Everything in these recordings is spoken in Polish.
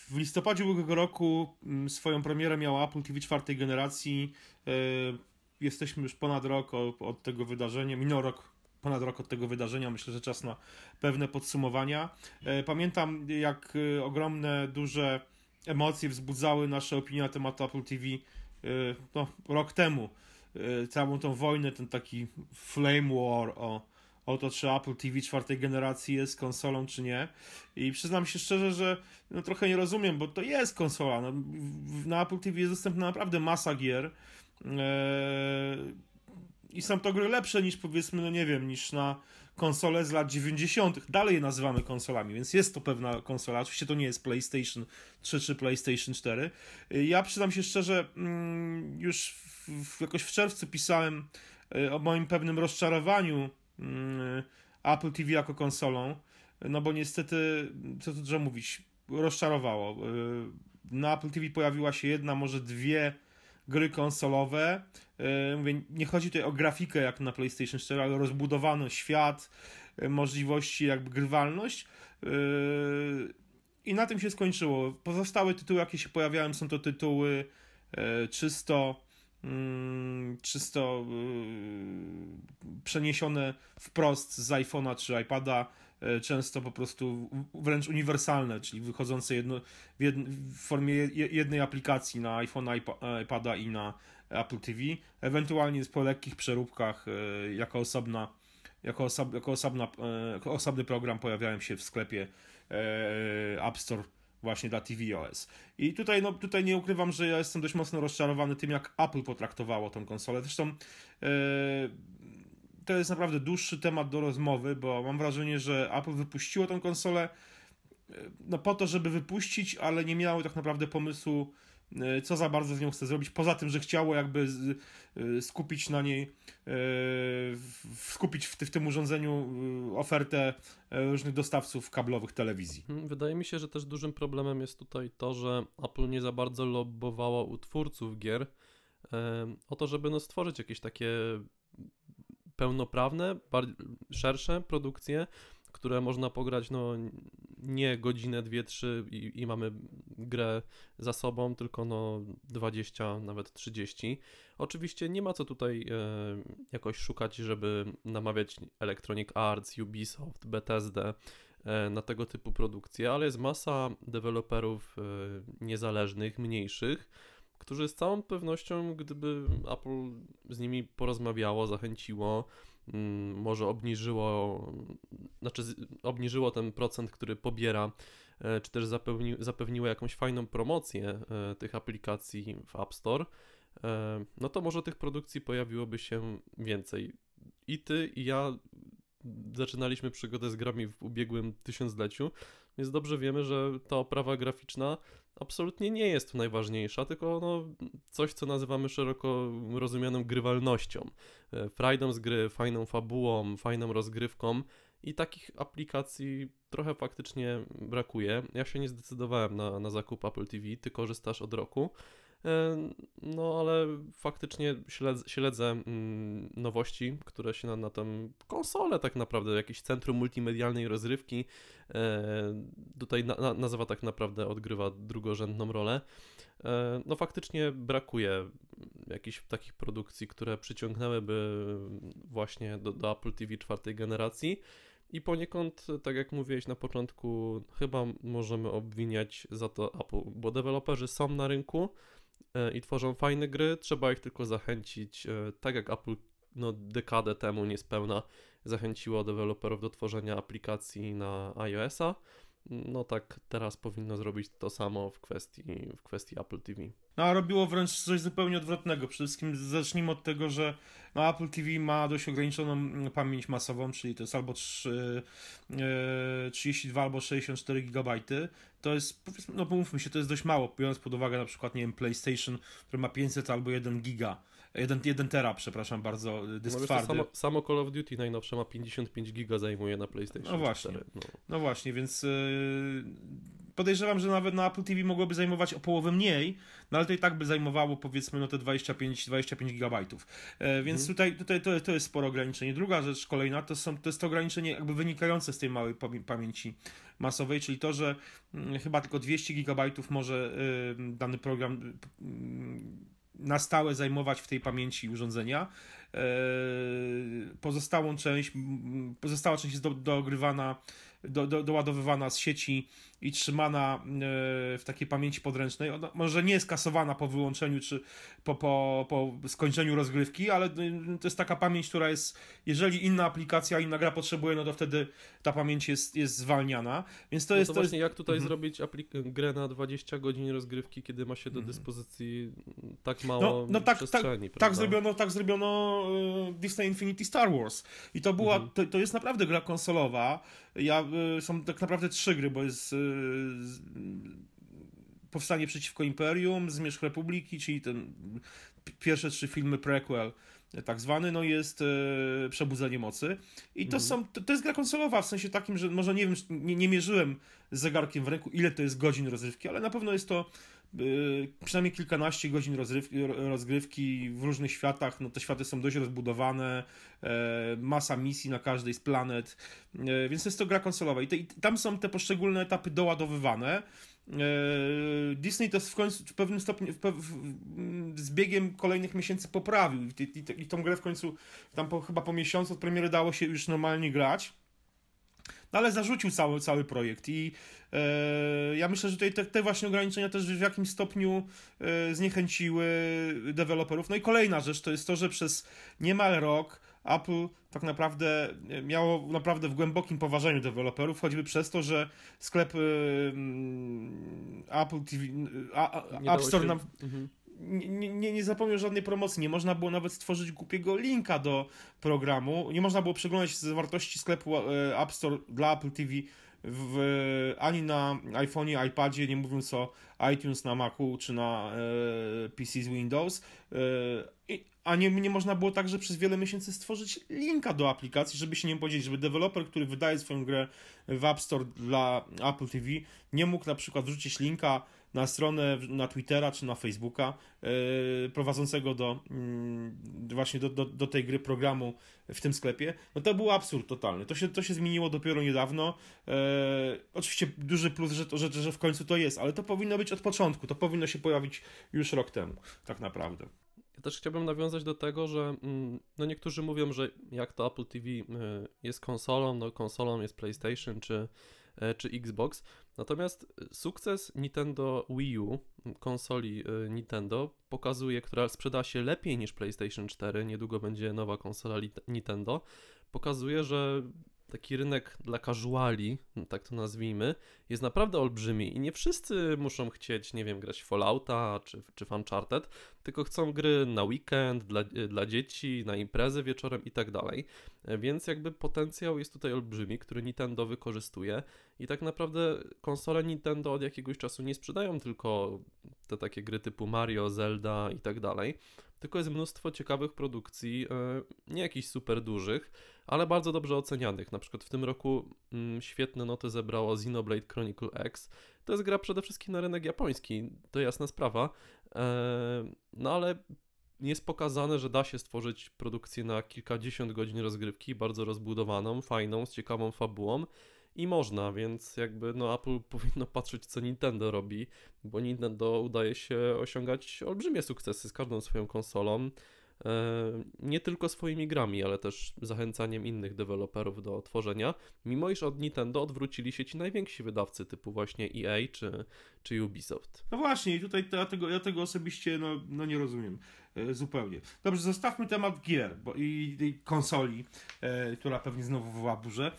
W listopadzie ubiegłego roku swoją premierę miała Apple TV czwartej generacji. Jesteśmy już ponad rok od tego wydarzenia, minął ponad rok od tego wydarzenia. Myślę, że czas na pewne podsumowania. Pamiętam, jak ogromne, duże emocje wzbudzały nasze opinie na temat Apple TV rok temu. Całą tą wojnę, ten taki flame war o to, czy Apple TV czwartej generacji jest konsolą, czy nie. I przyznam się szczerze, że trochę nie rozumiem, bo to jest konsola. Na Apple TV jest dostępna naprawdę masa gier. I są to gry lepsze niż, powiedzmy, nie wiem, niż na konsole z lat 90. Dalej je nazywamy konsolami, więc jest to pewna konsola. Oczywiście to nie jest PlayStation 3 czy PlayStation 4. Ja przyznam się szczerze, już jakoś w czerwcu pisałem o moim pewnym rozczarowaniu Apple TV jako konsolą, no bo niestety, co tu dużo mówić, rozczarowało. Na Apple TV pojawiła się jedna, może dwie gry konsolowe. Mówię, nie chodzi tutaj o grafikę jak na PlayStation 4, ale rozbudowano świat, możliwości, jakby grywalność. I na tym się skończyło. Pozostałe tytuły, jakie się pojawiają, są to tytuły czysto przeniesione wprost z iPhone'a czy iPada, często po prostu wręcz uniwersalne, czyli wychodzące w formie jednej aplikacji na iPhone'a, iPada i na Apple TV, ewentualnie po lekkich przeróbkach jako osobny program pojawiają się w sklepie App Store właśnie dla tvOS. I tutaj nie ukrywam, że ja jestem dość mocno rozczarowany tym, jak Apple potraktowało tą konsolę. Zresztą to jest naprawdę dłuższy temat do rozmowy, bo mam wrażenie, że Apple wypuściło tą konsolę po to, żeby wypuścić, ale nie miało tak naprawdę pomysłu, co za bardzo z nią chce zrobić, poza tym, że chciało jakby skupić na niej, skupić w tym urządzeniu ofertę różnych dostawców kablowych telewizji. Wydaje mi się, że też dużym problemem jest tutaj to, że Apple nie za bardzo lobbowało u twórców gier o to, żeby stworzyć jakieś takie pełnoprawne, szersze produkcje, które można pograć nie godzinę, 2-3 i mamy grę za sobą, tylko 20, nawet 30. Oczywiście nie ma co tutaj jakoś szukać, żeby namawiać Electronic Arts, Ubisoft, Bethesdę na tego typu produkcje, ale jest masa deweloperów niezależnych, mniejszych, którzy z całą pewnością, gdyby Apple z nimi porozmawiało, zachęciło, może obniżyło ten procent, który pobiera, czy też zapewniło jakąś fajną promocję tych aplikacji w App Store, no to może tych produkcji pojawiłoby się więcej. I ty, i ja zaczynaliśmy przygodę z grami w ubiegłym tysiącleciu, więc dobrze wiemy, że ta oprawa graficzna absolutnie nie jest najważniejsza, tylko coś, co nazywamy szeroko rozumianą grywalnością. Frajdą z gry, fajną fabułą, fajną rozgrywką i takich aplikacji trochę faktycznie brakuje. Ja się nie zdecydowałem na zakup Apple TV, ty korzystasz od roku. No ale faktycznie śledzę nowości, które się na tę konsolę tak naprawdę, jakieś centrum multimedialnej rozrywki tutaj nazwa tak naprawdę odgrywa drugorzędną rolę. No faktycznie brakuje jakichś takich produkcji, które przyciągnęłyby właśnie do Apple TV czwartej generacji. I poniekąd, tak jak mówiłeś na początku, chyba możemy obwiniać za to Apple, bo deweloperzy są na rynku i tworzą fajne gry, trzeba ich tylko zachęcić, tak jak Apple dekadę temu niespełna zachęciło deweloperów do tworzenia aplikacji na iOS-a, no tak teraz powinno zrobić to samo w kwestii Apple TV. No a robiło wręcz coś zupełnie odwrotnego. Przede wszystkim zacznijmy od tego, że Apple TV ma dość ograniczoną pamięć masową, czyli to jest albo 32 albo 64 GB. To jest, powiedzmy, pomówmy się, to jest dość mało, biorąc pod uwagę na przykład, nie wiem, PlayStation, który ma 500 albo 1 giga. 1 tera, przepraszam bardzo, dysk twardy. Samo Call of Duty najnowsze ma 55 giga zajmuje na PlayStation 4. No właśnie, więc podejrzewam, że nawet na Apple TV mogłoby zajmować o połowę mniej, no ale to i tak by zajmowało powiedzmy no te 25 gigabajtów. Więc tutaj to jest sporo ograniczenie. Druga rzecz kolejna to jest to ograniczenie jakby wynikające z tej małej pamięci masowej, czyli to, że chyba tylko 200 gigabajtów może dany program na stałe zajmować w tej pamięci urządzenia. Pozostała część jest doogrywana, doładowywana z sieci i trzymana w takiej pamięci podręcznej. Ona może nie jest kasowana po wyłączeniu czy po skończeniu rozgrywki, ale to jest taka pamięć, która jest, jeżeli inna aplikacja, inna gra potrzebuje, no to wtedy ta pamięć jest zwalniana. Więc to no jest... to właśnie jak tutaj zrobić grę na 20 godzin rozgrywki, kiedy ma się do dyspozycji tak mało przestrzeni, tak zrobiono Disney Infinity Star Wars. I to była, to jest naprawdę gra konsolowa. Są tak naprawdę 3 gry, bo jest Powstanie przeciwko Imperium, Zmierzch Republiki, czyli ten pierwsze 3 filmy prequel, tak zwany, no jest Przebudzenie Mocy. I to jest gra konsolowa, w sensie takim, że może nie wiem, nie mierzyłem z zegarkiem w ręku, ile to jest godzin rozrywki, ale na pewno jest to przynajmniej kilkanaście godzin rozgrywki w różnych światach. No te światy są dość rozbudowane, masa misji na każdej z planet, więc jest to gra konsolowa i tam są te poszczególne etapy doładowywane. Disney to w końcu w pewnym stopniu z biegiem kolejnych miesięcy poprawił i tą grę w końcu tam chyba po miesiącu od premiery dało się już normalnie grać. No ale zarzucił cały projekt i ja myślę, że tutaj te właśnie ograniczenia też w jakimś stopniu zniechęciły deweloperów. No i kolejna rzecz to jest to, że przez niemal rok Apple tak naprawdę miało naprawdę w głębokim poważaniu deweloperów, choćby przez to, że sklep Apple TV, App Store nie zapomniał żadnej promocji, nie można było nawet stworzyć głupiego linka do programu, nie można było przeglądać zawartości sklepu App Store dla Apple TV ani na iPhone'ie, iPadzie, nie mówiąc o iTunes na Macu czy na PC z Windows, a nie można było także przez wiele miesięcy stworzyć linka do aplikacji, żeby się nie podzielić, żeby deweloper, który wydaje swoją grę w App Store dla Apple TV, nie mógł na przykład wrzucić linka na stronę, na Twittera czy na Facebooka prowadzącego właśnie do tej gry programu w tym sklepie. No to był absurd totalny. To się zmieniło dopiero niedawno. Oczywiście duży plus, że w końcu to jest, ale to powinno być od początku. To powinno się pojawić już rok temu, tak naprawdę. Ja też chciałbym nawiązać do tego, że no niektórzy mówią, że jak to Apple TV jest konsolą, no konsolą jest PlayStation czy Xbox. Natomiast sukces Nintendo Wii U, konsoli Nintendo, pokazuje, która sprzeda się lepiej niż PlayStation 4, niedługo będzie nowa konsola Nintendo, pokazuje, że taki rynek dla casuali, tak to nazwijmy, jest naprawdę olbrzymi i nie wszyscy muszą chcieć, nie wiem, grać w Fallouta czy w Uncharted, tylko chcą gry na weekend, dla dzieci, na imprezy wieczorem i tak dalej. Więc jakby potencjał jest tutaj olbrzymi, który Nintendo wykorzystuje i tak naprawdę konsole Nintendo od jakiegoś czasu nie sprzedają tylko te takie gry typu Mario, Zelda i tak dalej, tylko jest mnóstwo ciekawych produkcji, nie jakichś super dużych, ale bardzo dobrze ocenianych. Na przykład w tym roku świetne noty zebrało Xenoblade Chronicle X. To jest gra przede wszystkim na rynek japoński, to jasna sprawa, no ale jest pokazane, że da się stworzyć produkcję na kilkadziesiąt godzin rozgrywki, bardzo rozbudowaną, fajną, z ciekawą fabułą i można, więc jakby no Apple powinno patrzeć, co Nintendo robi, bo Nintendo udaje się osiągać olbrzymie sukcesy z każdą swoją konsolą, nie tylko swoimi grami, ale też zachęcaniem innych deweloperów do tworzenia, mimo iż od Nintendo odwrócili się ci najwięksi wydawcy typu właśnie EA czy Ubisoft. No właśnie, i tutaj ja tego osobiście no nie rozumiem zupełnie. Dobrze, zostawmy temat gier i konsoli, która pewnie znowu wywoła burzę.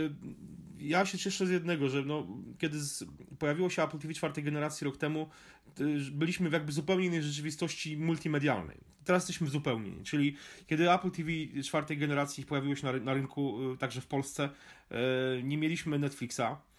Ja się cieszę z jednego, że kiedy pojawiło się Apple TV 4 generacji rok temu, byliśmy w jakby zupełnie innej rzeczywistości multimedialnej. Teraz jesteśmy zupełnie inni, czyli kiedy Apple TV 4 generacji pojawiło się na rynku, także w Polsce, nie mieliśmy Netflixa,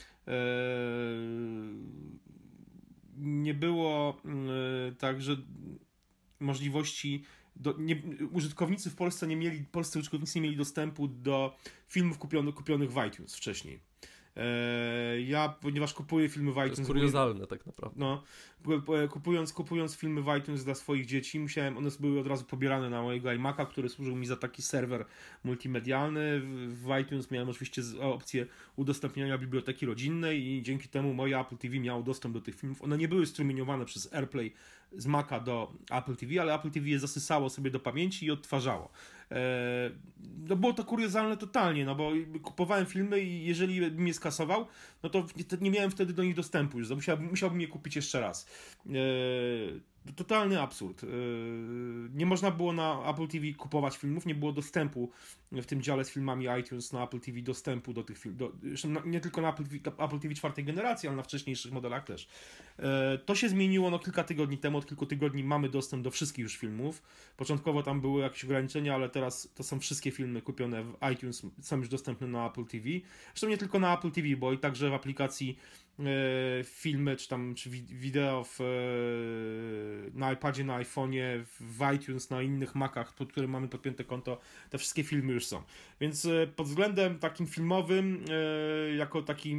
nie było także możliwości, użytkownicy w Polsce polscy użytkownicy nie mieli dostępu do filmów kupionych w iTunes wcześniej. Ja, ponieważ kupuję filmy w iTunes... To jest kuriozalne tak naprawdę. No, kupując filmy w iTunes dla swoich dzieci, one były od razu pobierane na mojego iMac'a, który służył mi za taki serwer multimedialny. W iTunes miałem oczywiście opcję udostępniania biblioteki rodzinnej i dzięki temu moje Apple TV miało dostęp do tych filmów. One nie były strumieniowane przez AirPlay z Maca do Apple TV, ale Apple TV je zasysało sobie do pamięci i odtwarzało. No było to kuriozalne totalnie, no bo kupowałem filmy i jeżeli bym je skasował, no to nie miałem wtedy do nich dostępu już, musiałbym je kupić jeszcze raz. Totalny absurd. Nie można było na Apple TV kupować filmów, nie było dostępu w tym dziale z filmami iTunes na Apple TV dostępu do tych filmów. Nie tylko na Apple TV czwartej generacji, ale na wcześniejszych modelach też. To się zmieniło no, kilka tygodni temu, od kilku tygodni mamy dostęp do wszystkich już filmów. Początkowo tam były jakieś ograniczenia, ale teraz to są wszystkie filmy kupione w iTunes, są już dostępne na Apple TV. Zresztą nie tylko na Apple TV, bo i także w aplikacji filmy, czy wideo na iPadzie, na iPhone'ie, w iTunes, na innych Macach, pod którym mamy podpięte konto, te wszystkie filmy już są. Więc pod względem takim filmowym, jako taki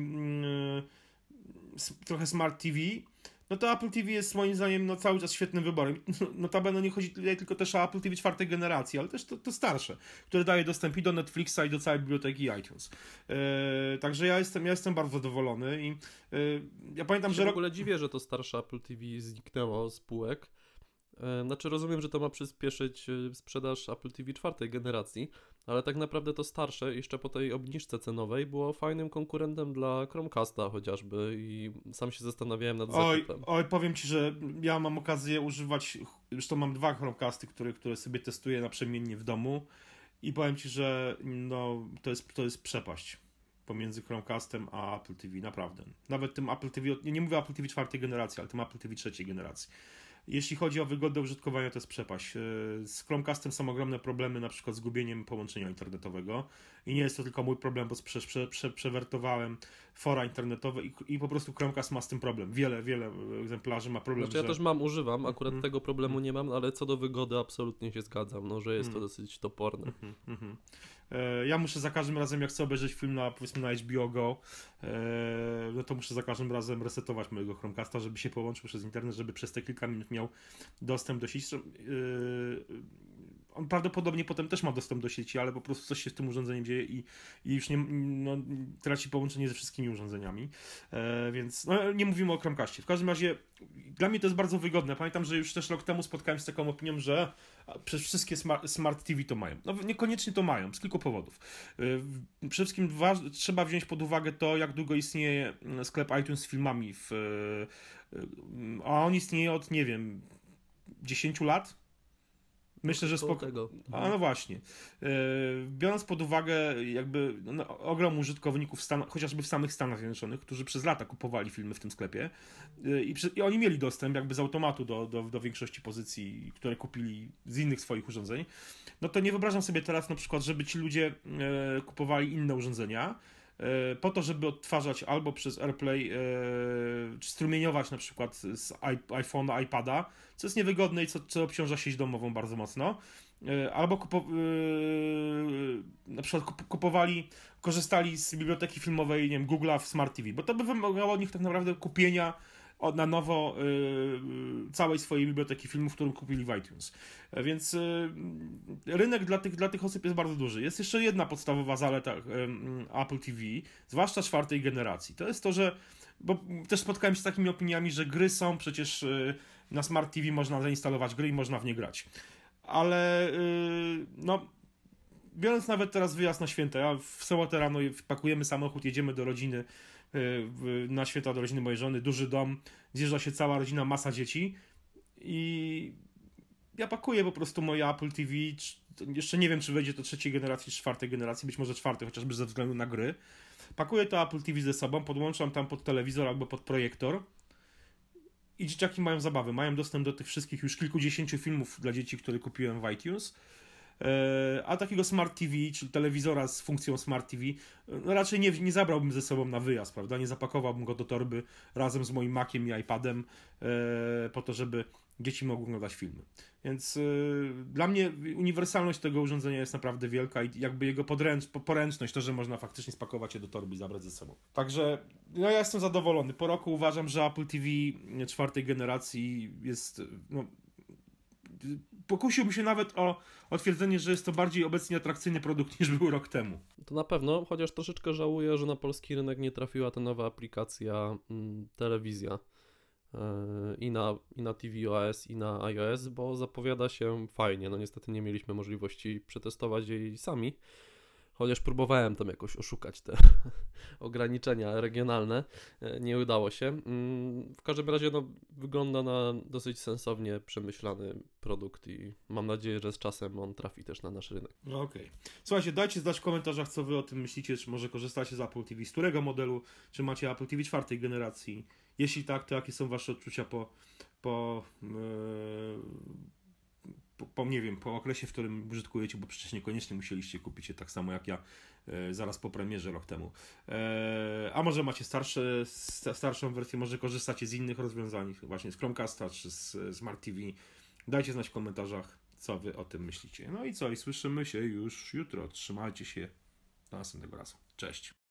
trochę Smart TV, no to Apple TV jest moim zdaniem no, cały czas świetnym wyborem. Notabene nie chodzi tutaj tylko też o Apple TV czwartej generacji, ale też to starsze, które daje dostęp i do Netflixa, i do całej biblioteki iTunes. Także ja jestem bardzo zadowolony i ja pamiętam, że... W ogóle dziwię, że to starsze Apple TV zniknęło z półek. Znaczy rozumiem, że to ma przyspieszyć sprzedaż Apple TV czwartej generacji, ale tak naprawdę to starsze, jeszcze po tej obniżce cenowej, było fajnym konkurentem dla Chromecasta chociażby i sam się zastanawiałem nad zakupem. Oj, powiem Ci, że ja mam okazję używać, zresztą mam 2 Chromecasty, które sobie testuję naprzemiennie w domu i powiem Ci, że no, to jest przepaść pomiędzy Chromecastem a Apple TV, naprawdę. Nawet tym Apple TV, nie mówię Apple TV czwartej generacji, ale tym Apple TV trzeciej generacji. Jeśli chodzi o wygodę użytkowania, to jest przepaść. Z Chromecastem są ogromne problemy, na przykład z gubieniem połączenia internetowego. I nie jest to tylko mój problem, bo przewertowałem fora internetowe i po prostu Chromecast ma z tym problem. Wiele egzemplarzy ma problem. Znaczy, ja też używam, akurat tego problemu nie mam, ale co do wygody absolutnie się zgadzam, no, że jest to dosyć toporne. Ja muszę za każdym razem, jak chcę obejrzeć film powiedzmy na HBO Go, no to muszę za każdym razem resetować mojego Chromecasta, żeby się połączył przez internet, żeby przez te kilka minut miał dostęp do sieci. On prawdopodobnie potem też ma dostęp do sieci, ale po prostu coś się z tym urządzeniem dzieje i już traci połączenie ze wszystkimi urządzeniami. Więc no, nie mówimy o Chromecastie. W każdym razie dla mnie to jest bardzo wygodne. Pamiętam, że już też rok temu spotkałem się z taką opinią, że przez wszystkie Smart TV to mają. No niekoniecznie to mają, z kilku powodów. Przede wszystkim trzeba wziąć pod uwagę to, jak długo istnieje sklep iTunes z filmami. A on istnieje od, nie wiem, 10 lat? Myślę, że tego. A no właśnie. Biorąc pod uwagę jakby ogrom użytkowników chociażby w samych Stanach Zjednoczonych, którzy przez lata kupowali filmy w tym sklepie i oni mieli dostęp jakby z automatu do większości pozycji, które kupili z innych swoich urządzeń, no to nie wyobrażam sobie teraz na przykład, żeby ci ludzie kupowali inne urządzenia po to, żeby odtwarzać albo przez AirPlay czy strumieniować na przykład z iPhone'a, iPada, co jest niewygodne i co obciąża sieć domową bardzo mocno, albo na przykład korzystali z biblioteki filmowej, nie wiem, Google'a w Smart TV, bo to by wymagało od nich tak naprawdę kupienia na nowo całej swojej biblioteki filmów, którą kupili w iTunes. Więc rynek dla tych osób jest bardzo duży. Jest jeszcze jedna podstawowa zaleta Apple TV, zwłaszcza czwartej generacji. To jest to, że bo też spotkałem się z takimi opiniami, że gry są przecież na Smart TV można zainstalować gry i można w nie grać. Ale no biorąc nawet teraz wyjazd na święta, ja w sobotę rano pakujemy samochód, jedziemy do rodziny, na święta do rodziny mojej żony, duży dom, zjeżdża się cała rodzina, masa dzieci i ja pakuję po prostu moje Apple TV, jeszcze nie wiem, czy wejdzie to trzeciej generacji, czy czwartej generacji, być może czwartej, chociażby ze względu na gry. Pakuję to Apple TV ze sobą, podłączam tam pod telewizor albo pod projektor i dzieciaki mają zabawę, mają dostęp do tych wszystkich już kilkudziesięciu filmów dla dzieci, które kupiłem w iTunes. A takiego Smart TV, czyli telewizora z funkcją Smart TV, no raczej nie zabrałbym ze sobą na wyjazd, prawda? Nie zapakowałbym go do torby razem z moim Maciem i iPadem po to, żeby dzieci mogły oglądać filmy. Więc dla mnie uniwersalność tego urządzenia jest naprawdę wielka i jakby jego poręczność, to, że można faktycznie spakować je do torby i zabrać ze sobą. Także no, ja jestem zadowolony. Po roku uważam, że Apple TV czwartej generacji jest... No, pokusiłbym się nawet o twierdzenie, że jest to bardziej obecnie atrakcyjny produkt niż był rok temu. To na pewno, chociaż troszeczkę żałuję, że na polski rynek nie trafiła ta nowa aplikacja telewizja i na tvOS, i na iOS, bo zapowiada się fajnie. No niestety nie mieliśmy możliwości przetestować jej sami, chociaż próbowałem tam jakoś oszukać te ograniczenia regionalne, nie udało się. W każdym razie no, wygląda na dosyć sensownie przemyślany produkt i mam nadzieję, że z czasem on trafi też na nasz rynek. No okej. Słuchajcie, dajcie znać w komentarzach, co wy o tym myślicie, czy może korzystacie z Apple TV, z którego modelu, czy macie Apple TV czwartej generacji. Jeśli tak, to jakie są wasze odczucia nie wiem, po okresie, w którym użytkujecie, bo przecież niekoniecznie musieliście kupić je tak samo jak ja zaraz po premierze rok temu. A może macie starszą wersję, może korzystacie z innych rozwiązań, właśnie z Chromecasta czy z Smart TV. Dajcie znać w komentarzach, co wy o tym myślicie. No i co? I słyszymy się już jutro. Trzymajcie się. Do następnego razu. Cześć.